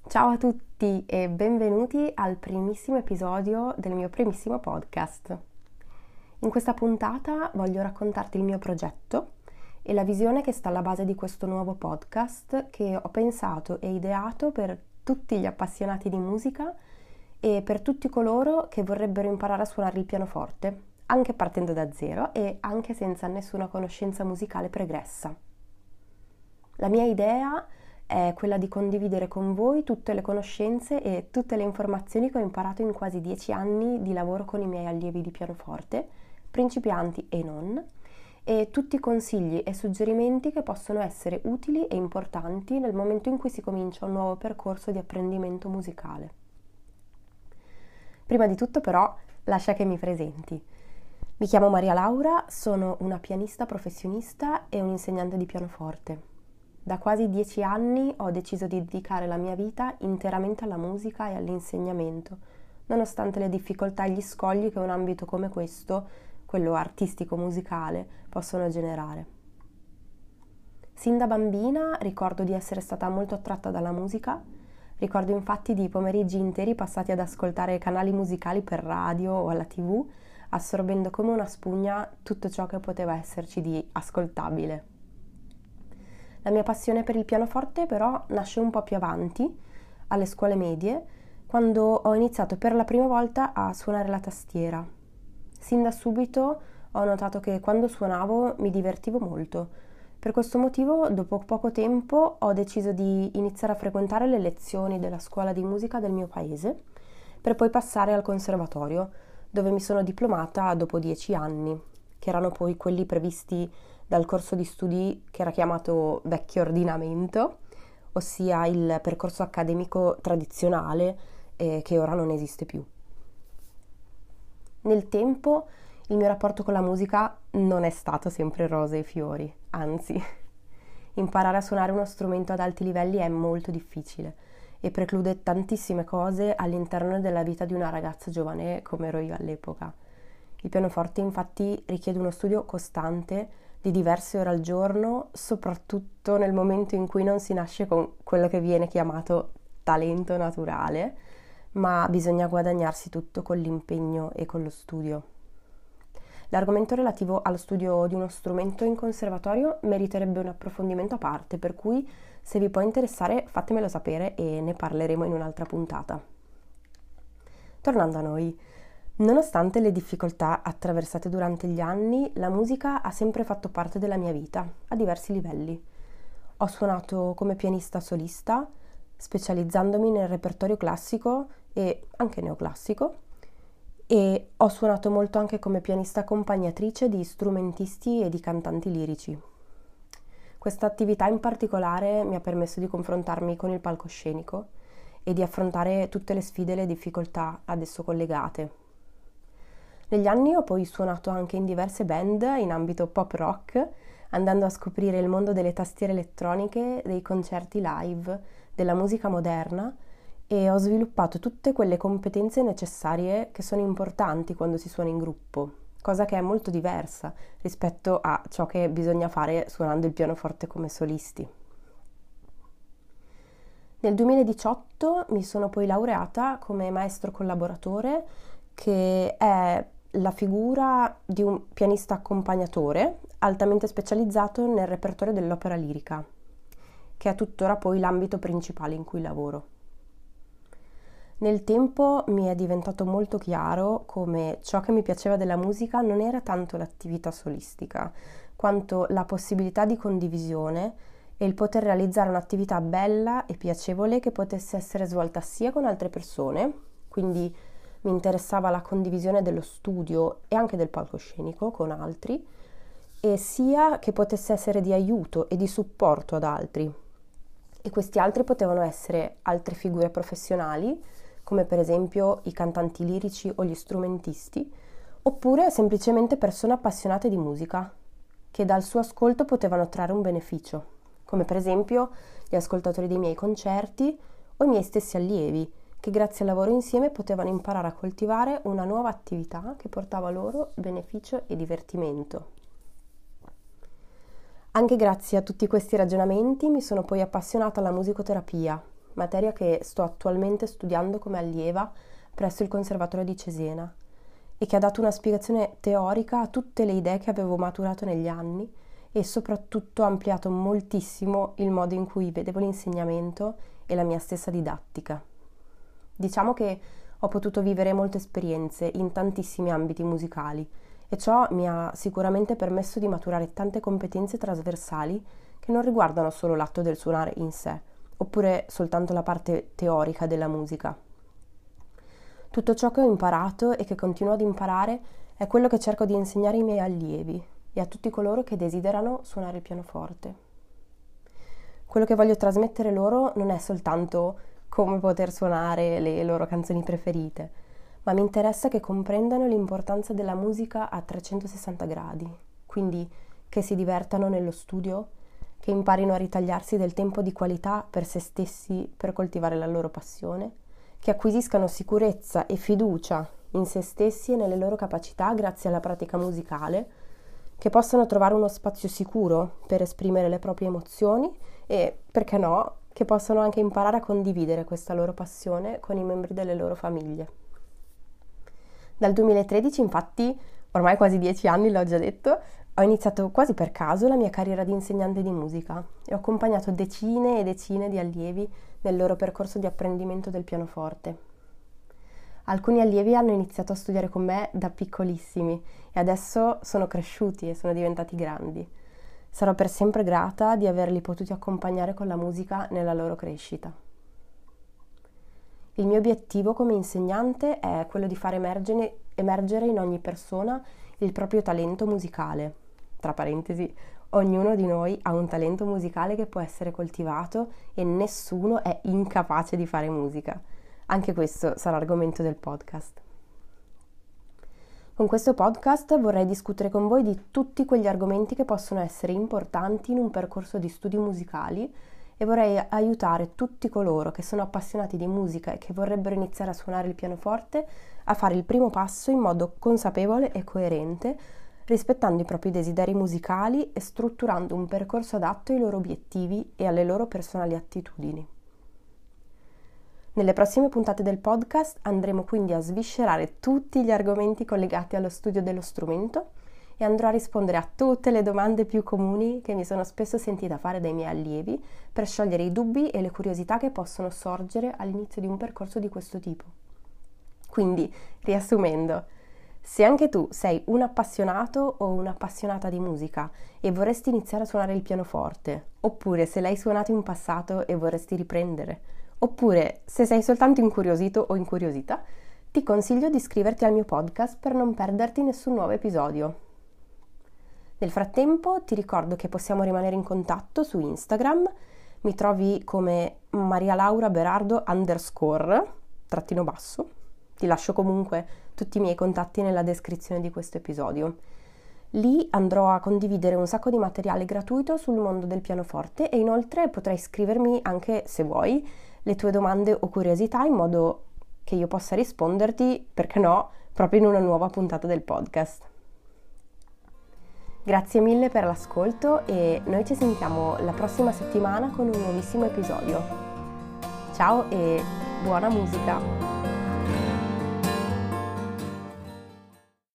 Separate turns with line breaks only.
Ciao a tutti e benvenuti al primissimo episodio del mio primissimo podcast. In questa puntata voglio raccontarti il mio progetto e la visione che sta alla base di questo nuovo podcast che ho pensato e ideato per tutti gli appassionati di musica e per tutti coloro che vorrebbero imparare a suonare il pianoforte, anche partendo da zero e anche senza nessuna conoscenza musicale pregressa. La mia idea è quella di condividere con voi tutte le conoscenze e tutte le informazioni che ho imparato in quasi 10 anni di lavoro con i miei allievi di pianoforte, principianti e non, e tutti i consigli e suggerimenti che possono essere utili e importanti nel momento in cui si comincia un nuovo percorso di apprendimento musicale. Prima di tutto però lascia che mi presenti. Mi chiamo Maria Laura, sono una pianista professionista e un insegnante di pianoforte. Da quasi 10 anni ho deciso di dedicare la mia vita interamente alla musica e all'insegnamento, nonostante le difficoltà e gli scogli che un ambito come questo, quello artistico-musicale, possono generare. Sin da bambina ricordo di essere stata molto attratta dalla musica, ricordo infatti di pomeriggi interi passati ad ascoltare canali musicali per radio o alla TV, assorbendo come una spugna tutto ciò che poteva esserci di ascoltabile. La mia passione per il pianoforte però nasce un po' più avanti, alle scuole medie, quando ho iniziato per la prima volta a suonare la tastiera. Sin da subito ho notato che quando suonavo mi divertivo molto. Per questo motivo, dopo poco tempo, ho deciso di iniziare a frequentare le lezioni della scuola di musica del mio paese, per poi passare al conservatorio, dove mi sono diplomata dopo 10 anni, che erano poi quelli previsti dal corso di studi che era chiamato vecchio ordinamento, ossia il percorso accademico tradizionale che ora non esiste più. Nel tempo il mio rapporto con la musica non è stato sempre rose e fiori, anzi, imparare a suonare uno strumento ad alti livelli è molto difficile e preclude tantissime cose all'interno della vita di una ragazza giovane come ero io all'epoca. Il pianoforte infatti richiede uno studio costante di diverse ore al giorno, soprattutto nel momento in cui non si nasce con quello che viene chiamato talento naturale, ma bisogna guadagnarsi tutto con l'impegno e con lo studio. L'argomento relativo allo studio di uno strumento in conservatorio meriterebbe un approfondimento a parte, per cui se vi può interessare fatemelo sapere e ne parleremo in un'altra puntata. Tornando a noi. Nonostante le difficoltà attraversate durante gli anni, la musica ha sempre fatto parte della mia vita, a diversi livelli. Ho suonato come pianista solista, specializzandomi nel repertorio classico e anche neoclassico, e ho suonato molto anche come pianista accompagnatrice di strumentisti e di cantanti lirici. Questa attività in particolare mi ha permesso di confrontarmi con il palcoscenico e di affrontare tutte le sfide e le difficoltà ad esso collegate. Negli anni ho poi suonato anche in diverse band in ambito pop rock, andando a scoprire il mondo delle tastiere elettroniche, dei concerti live, della musica moderna e ho sviluppato tutte quelle competenze necessarie che sono importanti quando si suona in gruppo, cosa che è molto diversa rispetto a ciò che bisogna fare suonando il pianoforte come solisti. Nel 2018 mi sono poi laureata come maestro collaboratore, che è la figura di un pianista accompagnatore altamente specializzato nel repertorio dell'opera lirica, che è tuttora poi l'ambito principale in cui lavoro. Nel tempo mi è diventato molto chiaro come ciò che mi piaceva della musica non era tanto l'attività solistica, quanto la possibilità di condivisione e il poter realizzare un'attività bella e piacevole che potesse essere svolta sia con altre persone, quindi mi interessava la condivisione dello studio e anche del palcoscenico con altri, e sia che potesse essere di aiuto e di supporto ad altri. E questi altri potevano essere altre figure professionali, come per esempio i cantanti lirici o gli strumentisti, oppure semplicemente persone appassionate di musica, che dal suo ascolto potevano trarre un beneficio, come per esempio gli ascoltatori dei miei concerti o i miei stessi allievi, che grazie al lavoro insieme potevano imparare a coltivare una nuova attività che portava loro beneficio e divertimento. Anche grazie a tutti questi ragionamenti mi sono poi appassionata alla musicoterapia, materia che sto attualmente studiando come allieva presso il Conservatorio di Cesena e che ha dato una spiegazione teorica a tutte le idee che avevo maturato negli anni e soprattutto ha ampliato moltissimo il modo in cui vedevo l'insegnamento e la mia stessa didattica. Diciamo che ho potuto vivere molte esperienze in tantissimi ambiti musicali e ciò mi ha sicuramente permesso di maturare tante competenze trasversali che non riguardano solo l'atto del suonare in sé, oppure soltanto la parte teorica della musica. Tutto ciò che ho imparato e che continuo ad imparare è quello che cerco di insegnare ai miei allievi e a tutti coloro che desiderano suonare il pianoforte. Quello che voglio trasmettere loro non è soltanto come poter suonare le loro canzoni preferite, ma mi interessa che comprendano l'importanza della musica a 360 gradi, quindi che si divertano nello studio, che imparino a ritagliarsi del tempo di qualità per se stessi per coltivare la loro passione, che acquisiscano sicurezza e fiducia in se stessi e nelle loro capacità grazie alla pratica musicale, che possano trovare uno spazio sicuro per esprimere le proprie emozioni e, perché no, che possano anche imparare a condividere questa loro passione con i membri delle loro famiglie. Dal 2013, infatti, ormai quasi 10 anni, l'ho già detto, ho iniziato quasi per caso la mia carriera di insegnante di musica e ho accompagnato decine e decine di allievi nel loro percorso di apprendimento del pianoforte. Alcuni allievi hanno iniziato a studiare con me da piccolissimi e adesso sono cresciuti e sono diventati grandi. Sarò per sempre grata di averli potuti accompagnare con la musica nella loro crescita. Il mio obiettivo come insegnante è quello di far emergere in ogni persona il proprio talento musicale. Tra parentesi, ognuno di noi ha un talento musicale che può essere coltivato e nessuno è incapace di fare musica. Anche questo sarà argomento del podcast. Con questo podcast vorrei discutere con voi di tutti quegli argomenti che possono essere importanti in un percorso di studi musicali e vorrei aiutare tutti coloro che sono appassionati di musica e che vorrebbero iniziare a suonare il pianoforte a fare il primo passo in modo consapevole e coerente, rispettando i propri desideri musicali e strutturando un percorso adatto ai loro obiettivi e alle loro personali attitudini. Nelle prossime puntate del podcast andremo quindi a sviscerare tutti gli argomenti collegati allo studio dello strumento e andrò a rispondere a tutte le domande più comuni che mi sono spesso sentita fare dai miei allievi per sciogliere i dubbi e le curiosità che possono sorgere all'inizio di un percorso di questo tipo. Quindi, riassumendo, se anche tu sei un appassionato o un'appassionata di musica e vorresti iniziare a suonare il pianoforte, oppure se l'hai suonato in passato e vorresti riprendere, oppure se sei soltanto incuriosito o incuriosita, ti consiglio di iscriverti al mio podcast per non perderti nessun nuovo episodio. Nel frattempo ti ricordo che possiamo rimanere in contatto su Instagram, mi trovi come marialauraberardo _, ti lascio comunque tutti i miei contatti nella descrizione di questo episodio. Lì andrò a condividere un sacco di materiale gratuito sul mondo del pianoforte e inoltre potrai scrivermi anche, se vuoi, le tue domande o curiosità in modo che io possa risponderti, perché no, proprio in una nuova puntata del podcast. Grazie mille per l'ascolto e noi ci sentiamo la prossima settimana con un nuovissimo episodio. Ciao e buona musica!